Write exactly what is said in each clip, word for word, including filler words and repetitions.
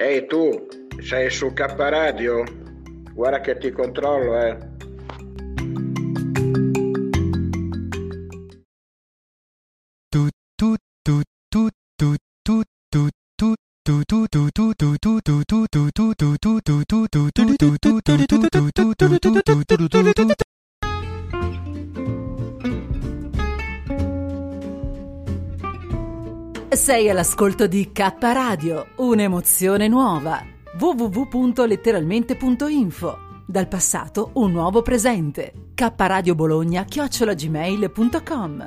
Ehi tu, sei su K Radio? Guarda che ti controllo, eh. Sei all'ascolto di K Radio, un'emozione nuova. w w w punto letteralmente punto info. Dal passato un nuovo presente. kradiobologna chiocciola gmail punto com.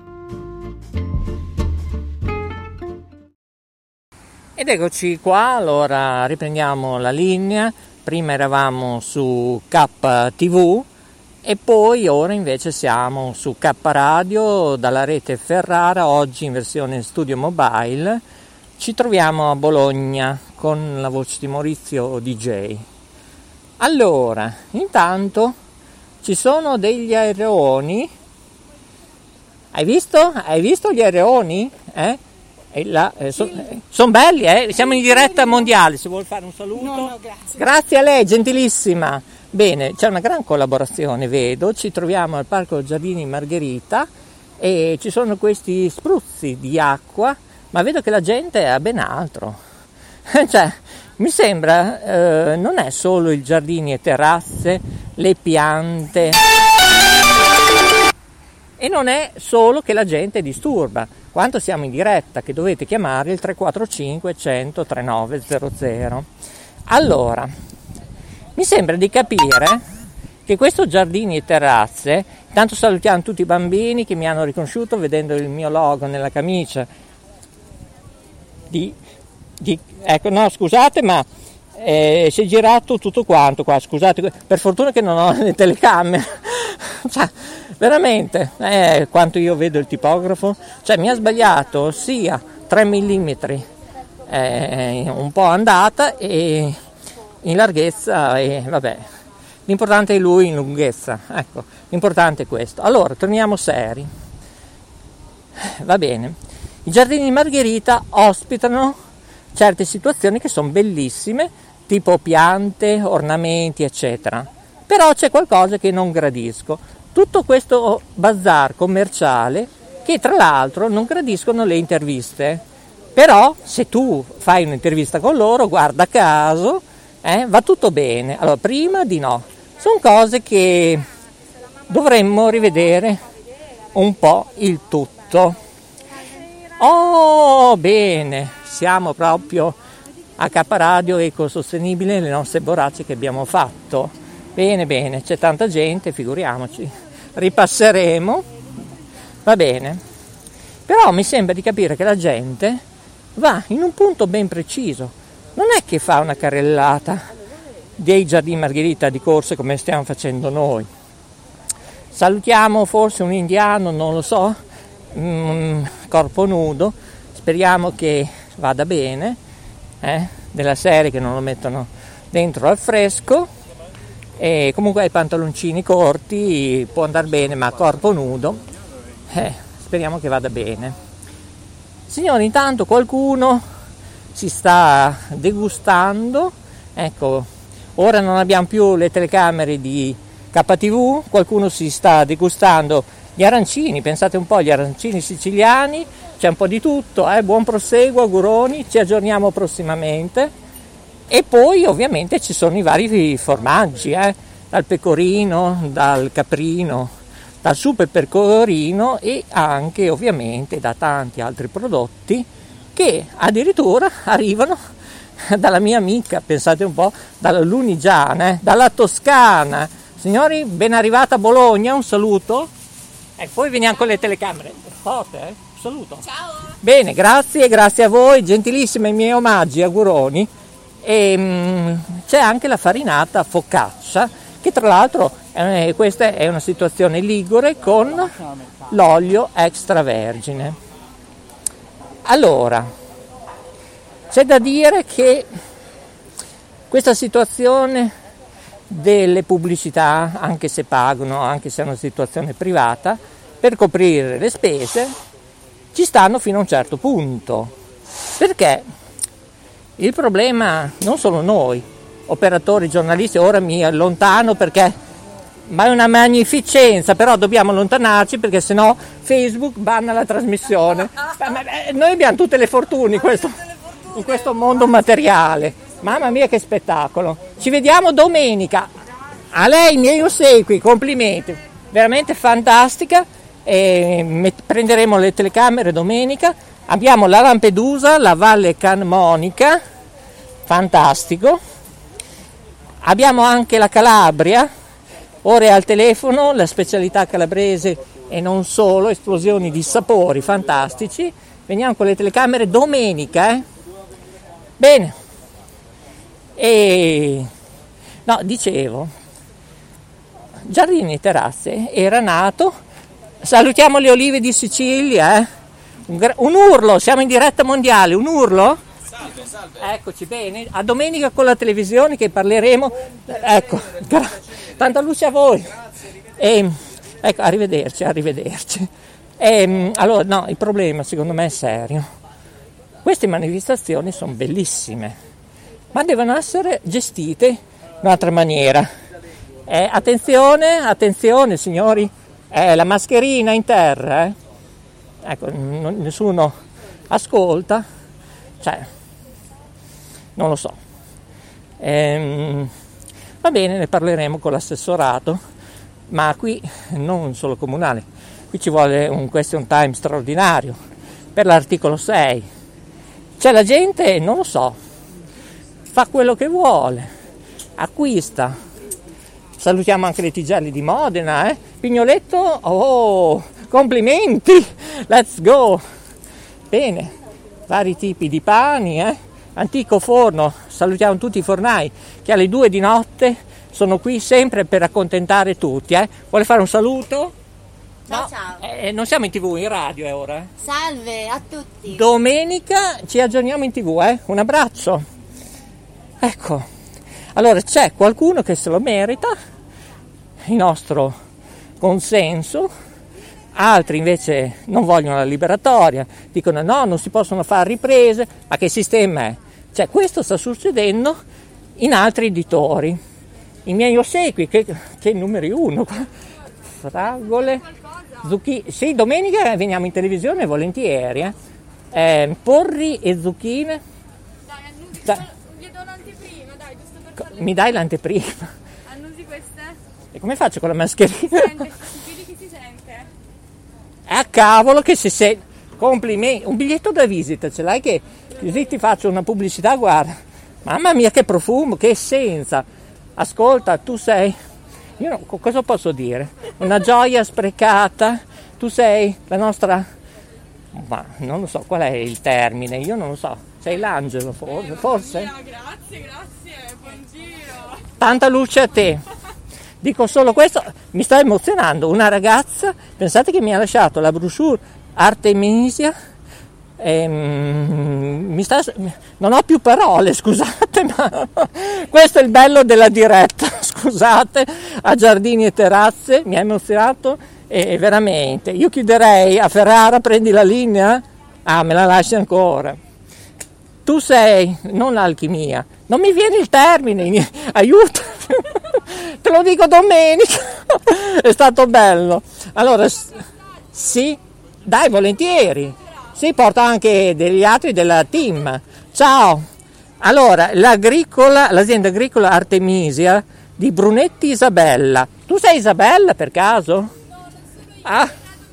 Ed eccoci qua, allora riprendiamo la linea. Prima eravamo su K T V e poi ora invece siamo su K Radio dalla rete Ferrara, oggi in versione studio mobile. Ci troviamo a Bologna con la voce di Maurizio D J. Allora, intanto ci sono degli aereoni. Hai visto? Hai visto gli aereoni? Eh? Eh, sono son belli, eh? Siamo in diretta mondiale, se vuol fare un saluto. No, no, grazie. Grazie a lei, gentilissima. Bene, c'è una gran collaborazione, vedo, ci troviamo al Parco Giardini Margherita e ci sono questi spruzzi di acqua, ma vedo che la gente ha ben altro. Cioè, mi sembra, eh, non è solo i giardini e terrazze, le piante, e non è solo che la gente disturba. Quando siamo in diretta, che dovete chiamare il tre quattro cinque cento trentanove zero zero. Allora, mi sembra di capire che questo giardini e terrazze, intanto salutiamo tutti i bambini che mi hanno riconosciuto vedendo il mio logo nella camicia di, di ecco, no, scusate, ma eh, si è girato tutto quanto qua, scusate, per fortuna che non ho le telecamere. Cioè, veramente, eh, quanto io vedo il tipografo, cioè mi ha sbagliato sia tre millimetri eh, un po' andata e in larghezza, e vabbè, l'importante è lui in lunghezza, ecco, l'importante è questo. Allora, torniamo seri. Va bene, i giardini di Margherita ospitano certe situazioni che sono bellissime, tipo piante, ornamenti, eccetera. Però c'è qualcosa che non gradisco. Tutto questo bazar commerciale, che tra l'altro non gradiscono le interviste. Però se tu fai un'intervista con loro, guarda caso, eh, va tutto bene. Allora, prima di no. Sono cose che dovremmo rivedere un po' il tutto. Oh, bene, siamo proprio a K Radio ecosostenibile, le nostre borracce che abbiamo fatto. Bene, bene, c'è tanta gente, figuriamoci. Ripasseremo, va bene. Però mi sembra di capire che la gente va in un punto ben preciso. Non è che fa una carrellata dei giardini Margherita di corse come stiamo facendo noi. Salutiamo forse un indiano, non lo so, mm, corpo nudo, speriamo che vada bene, eh, della serie che non lo mettono dentro al fresco, e comunque ai pantaloncini corti può andare bene, ma corpo nudo, eh, speriamo che vada bene. Signori, intanto qualcuno si sta degustando, ecco, ora non abbiamo più le telecamere di K T V, qualcuno si sta degustando gli arancini, pensate un po', gli arancini siciliani, c'è un po' di tutto, eh? Buon proseguo, auguroni, ci aggiorniamo prossimamente. E poi ovviamente ci sono i vari formaggi, eh? Dal pecorino, dal caprino, dal super pecorino e anche ovviamente da tanti altri prodotti che addirittura arrivano dalla mia amica, pensate un po', dalla Lunigiana, eh? Dalla Toscana. Signori, ben arrivata a Bologna, un saluto. E poi veniamo con le telecamere. Forte, eh? Un saluto. Ciao. Bene, grazie, grazie a voi, gentilissimi i miei omaggi, auguroni. E mh, c'è anche la farinata focaccia, che tra l'altro eh, questa è una situazione ligure con l'olio extravergine. Allora, c'è da dire che questa situazione delle pubblicità, anche se pagano, anche se è una situazione privata, per coprire le spese, ci stanno fino a un certo punto. Perché il problema non solo noi, operatori, giornalisti, ora mi allontano perché, ma è una magnificenza, però dobbiamo allontanarci perché sennò Facebook banna la trasmissione. Ma, eh, noi abbiamo tutte le fortune in questo, in questo mondo materiale. Mamma mia che spettacolo. Ci vediamo domenica. A lei miei ossequi, complimenti. Veramente fantastica. E met- prenderemo le telecamere domenica. Abbiamo la Lampedusa, la Valle Camonica, fantastico. Abbiamo anche la Calabria, ore al telefono, la specialità calabrese e non solo, esplosioni di sapori fantastici. Veniamo con le telecamere domenica, eh? Bene. E no, dicevo, Giardini Terrazze era nato, salutiamo le olive di Sicilia, eh? Un, gra- un urlo, siamo in diretta mondiale, un urlo? Salve, salve. Eccoci, bene, a domenica con la televisione che parleremo, ecco, gra- tanta luce a voi. E, ecco, arrivederci, arrivederci. E, allora, no, il problema secondo me è serio. Queste manifestazioni sono bellissime, ma devono essere gestite in un'altra maniera. Eh, attenzione, attenzione signori, eh, la mascherina in terra, eh. Ecco, non, nessuno ascolta, cioè, non lo so. Ehm, va bene, ne parleremo con l'assessorato, ma qui non solo comunale, qui ci vuole un question time straordinario per l'articolo sei. C'è la gente, non lo so, fa quello che vuole, acquista. Salutiamo anche le Tigelli di Modena, eh? Pignoletto, oh, complimenti, let's go. Bene, vari tipi di pani, eh? Antico forno, salutiamo tutti i fornai che alle due di notte sono qui sempre per accontentare tutti, eh? Vuole fare un saluto? Ciao, No? ciao. Eh, non siamo in tv, in radio è ora. Eh? Salve a tutti. Domenica ci aggiorniamo in tv, eh? Un abbraccio. Ecco, allora c'è qualcuno che se lo merita, il nostro consenso, altri invece non vogliono la liberatoria, dicono no, non si possono fare riprese, ma che sistema è? Cioè questo sta succedendo in altri editori. I miei ossequi, che, che numeri uno, fragole, zucchine, sì, domenica veniamo in televisione volentieri, eh? Eh, porri e zucchine. Dai, annusi, Da- vi do l'anteprima, dai, giusto per farle. Mi dai l'anteprima? Annusi queste? E come faccio con la mascherina? Sente, si vede che si sente. A cavolo che si sente. Complimenti. Un biglietto da visita ce l'hai che così ti faccio una pubblicità, guarda. Mamma mia che profumo, che essenza. Ascolta, tu sei, io no, cosa posso dire? Una gioia sprecata. Tu sei la nostra, ma non lo so qual è il termine, io non lo so. Sei l'angelo forse, forse? Mia, grazie, grazie, buon giro. Tanta luce a te. Dico solo questo, mi sta emozionando. Una ragazza, pensate che mi ha lasciato la brochure Artemisia. Ehm, mi sta, non ho più parole, scusate, ma questo è il bello della diretta. Scusate, a Giardini e Terrazze, mi ha emozionato e veramente. Io chiuderei a Ferrara, prendi la linea? Ah, me la lasci ancora. Tu sei, non l'alchimia, non mi viene il termine, aiuto, te lo dico domenica, è stato bello. Allora, sì, dai, volentieri, sì, porta anche degli altri della team. Ciao, allora, l'agricola, l'azienda agricola Artemisia di Brunetti Isabella, tu sei Isabella per caso? No, non sono io, ah.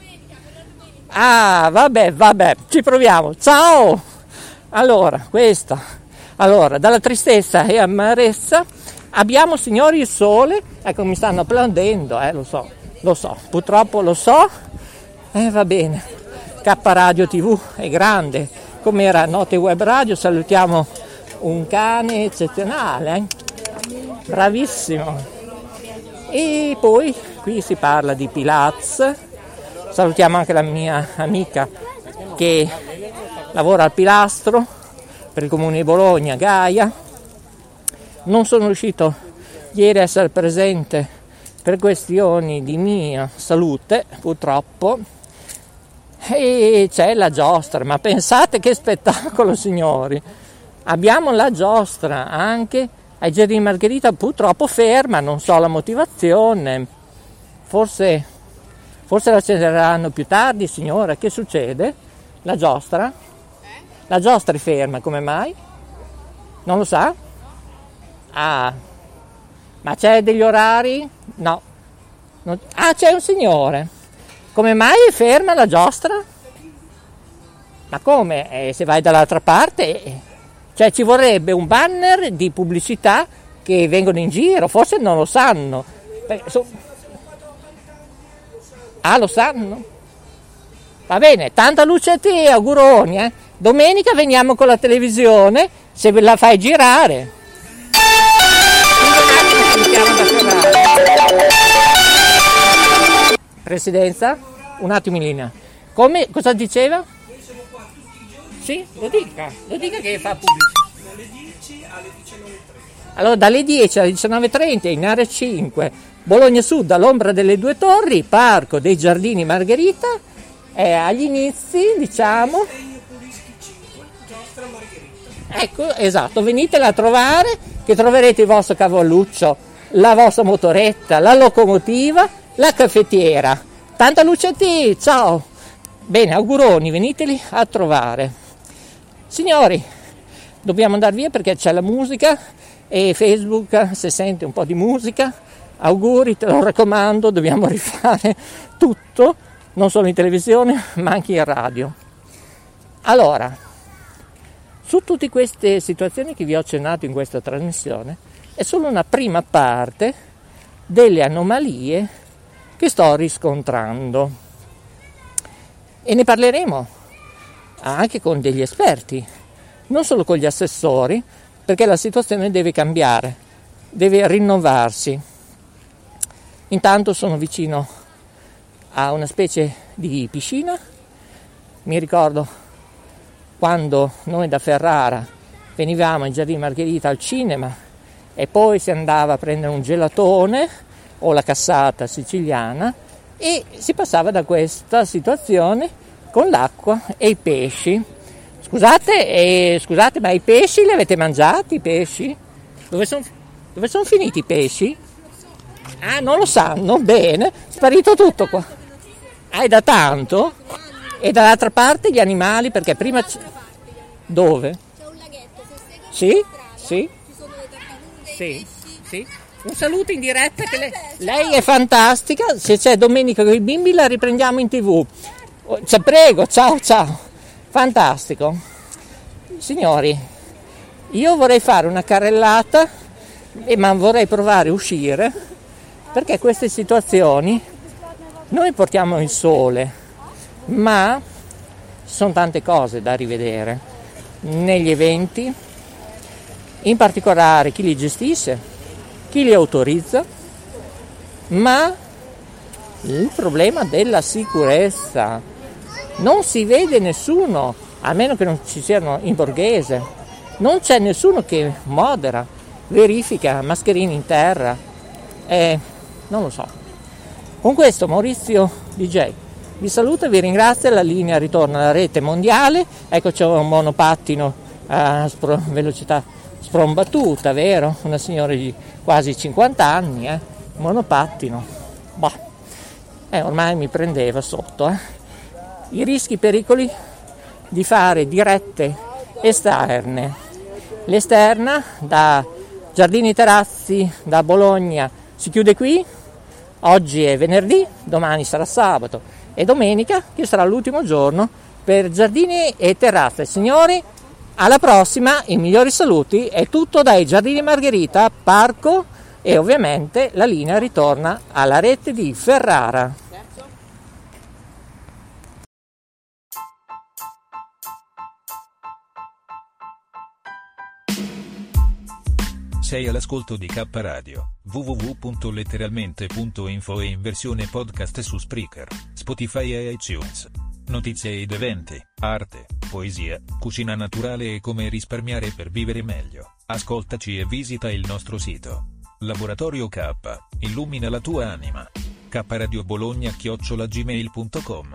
Ah, vabbè, vabbè, ci proviamo, ciao! Allora, questa, allora, dalla tristezza e amarezza abbiamo, signori, il sole, ecco, mi stanno applaudendo, eh, lo so, lo so, purtroppo lo so, e eh, va bene, K Radio tivù è grande, come era Note Web Radio, salutiamo un cane eccezionale, eh? Bravissimo, e poi qui si parla di Pilaz, salutiamo anche la mia amica che lavora al Pilastro per il comune di Bologna, Gaia. Non sono riuscito ieri a essere presente per questioni di mia salute, purtroppo, e c'è la giostra, ma pensate che spettacolo, signori, Abbiamo la giostra anche ai Giardini Margherita, purtroppo ferma, non so la motivazione, forse, forse la accenderanno più tardi, signora, che succede? La giostra? La giostra è ferma, come mai? Non lo sa? Ah, ma c'è degli orari? No. Non... Ah, c'è un signore. Come mai è ferma la giostra? Ma come? Eh, se vai dall'altra parte... Eh, cioè ci vorrebbe un banner di pubblicità che vengono in giro, forse non lo sanno. Beh, so... Ah, lo sanno? Va bene, tanta luce a te, auguroni, eh? Domenica veniamo con la televisione, se ve la fai girare. Presidenza, un attimo in linea. Come, cosa diceva? Sì, lo dica, lo dica che fa pubblicità. Dalle dieci alle diciannove e trenta. Allora, dalle dieci alle diciannove e trenta in area cinque, Bologna Sud, all'ombra delle due torri, Parco dei Giardini Margherita, è agli inizi, diciamo. Ecco, esatto, venitela a trovare, che troverete il vostro cavalluccio, la vostra motoretta, la locomotiva, la caffettiera. Tanta luce a te, ciao! Bene, auguroni, veniteli a trovare. Signori, dobbiamo andare via perché c'è la musica e Facebook, se sente un po' di musica, auguri, te lo raccomando, dobbiamo rifare tutto, non solo in televisione ma anche in radio. Allora, su tutte queste situazioni che vi ho accennato in questa trasmissione, è solo una prima parte delle anomalie che sto riscontrando e ne parleremo anche con degli esperti, non solo con gli assessori, perché la situazione deve cambiare, deve rinnovarsi. Intanto sono vicino a una specie di piscina, mi ricordo quando noi da Ferrara venivamo in Giardini Margherita al cinema e poi si andava a prendere un gelatone o la cassata siciliana e si passava da questa situazione con l'acqua e i pesci. Scusate, eh, scusate, ma i pesci li avete mangiati, i pesci? Dove sono dove son finiti i pesci? Ah, non lo sanno, bene, sparito tutto qua. Ah, è da tanto? E dall'altra parte gli animali, perché prima... C- Dove? C'è un laghetto, se segui Sì, la strada, sì, ci sono le tartarughe, sì, i pesci. sì. Un saluto in diretta, che lei, lei è fantastica, se c'è domenica con i bimbi la riprendiamo in tv. Cioè, prego, ciao, ciao, fantastico. Signori, io vorrei fare una carrellata, ma vorrei provare a uscire, perché queste situazioni, noi portiamo il sole, ma ci sono tante cose da rivedere negli eventi, in particolare chi li gestisce, chi li autorizza, ma il problema della sicurezza. Non si vede nessuno, a meno che non ci siano in borghese, non c'è nessuno che modera, verifica, mascherini in terra, eh, non lo so. Con questo Maurizio D J vi saluto e vi ringrazio, la linea ritorna alla rete mondiale, ecco c'è un monopattino a spro- velocità sprombattuta, vero? Una signora di quasi cinquanta anni, eh? Monopattino, bah, eh, ormai mi prendeva sotto, eh? I rischi, i pericoli di fare dirette esterne. L'esterna da Giardini Terrazzi, da Bologna, si chiude qui. Oggi è venerdì, domani sarà sabato e domenica, che sarà l'ultimo giorno per Giardini e Terrazze. Signori, alla prossima, i migliori saluti, è tutto dai Giardini Margherita, Parco, e ovviamente la linea ritorna alla rete di Ferrara. Sei all'ascolto di K Radio, w w w punto letteralmente punto info e in versione podcast su Spreaker, Spotify e iTunes. Notizie ed eventi, arte, poesia, cucina naturale e come risparmiare per vivere meglio. Ascoltaci e visita il nostro sito. Laboratorio K, illumina la tua anima. K Radio Bologna chiocciola gmail punto com.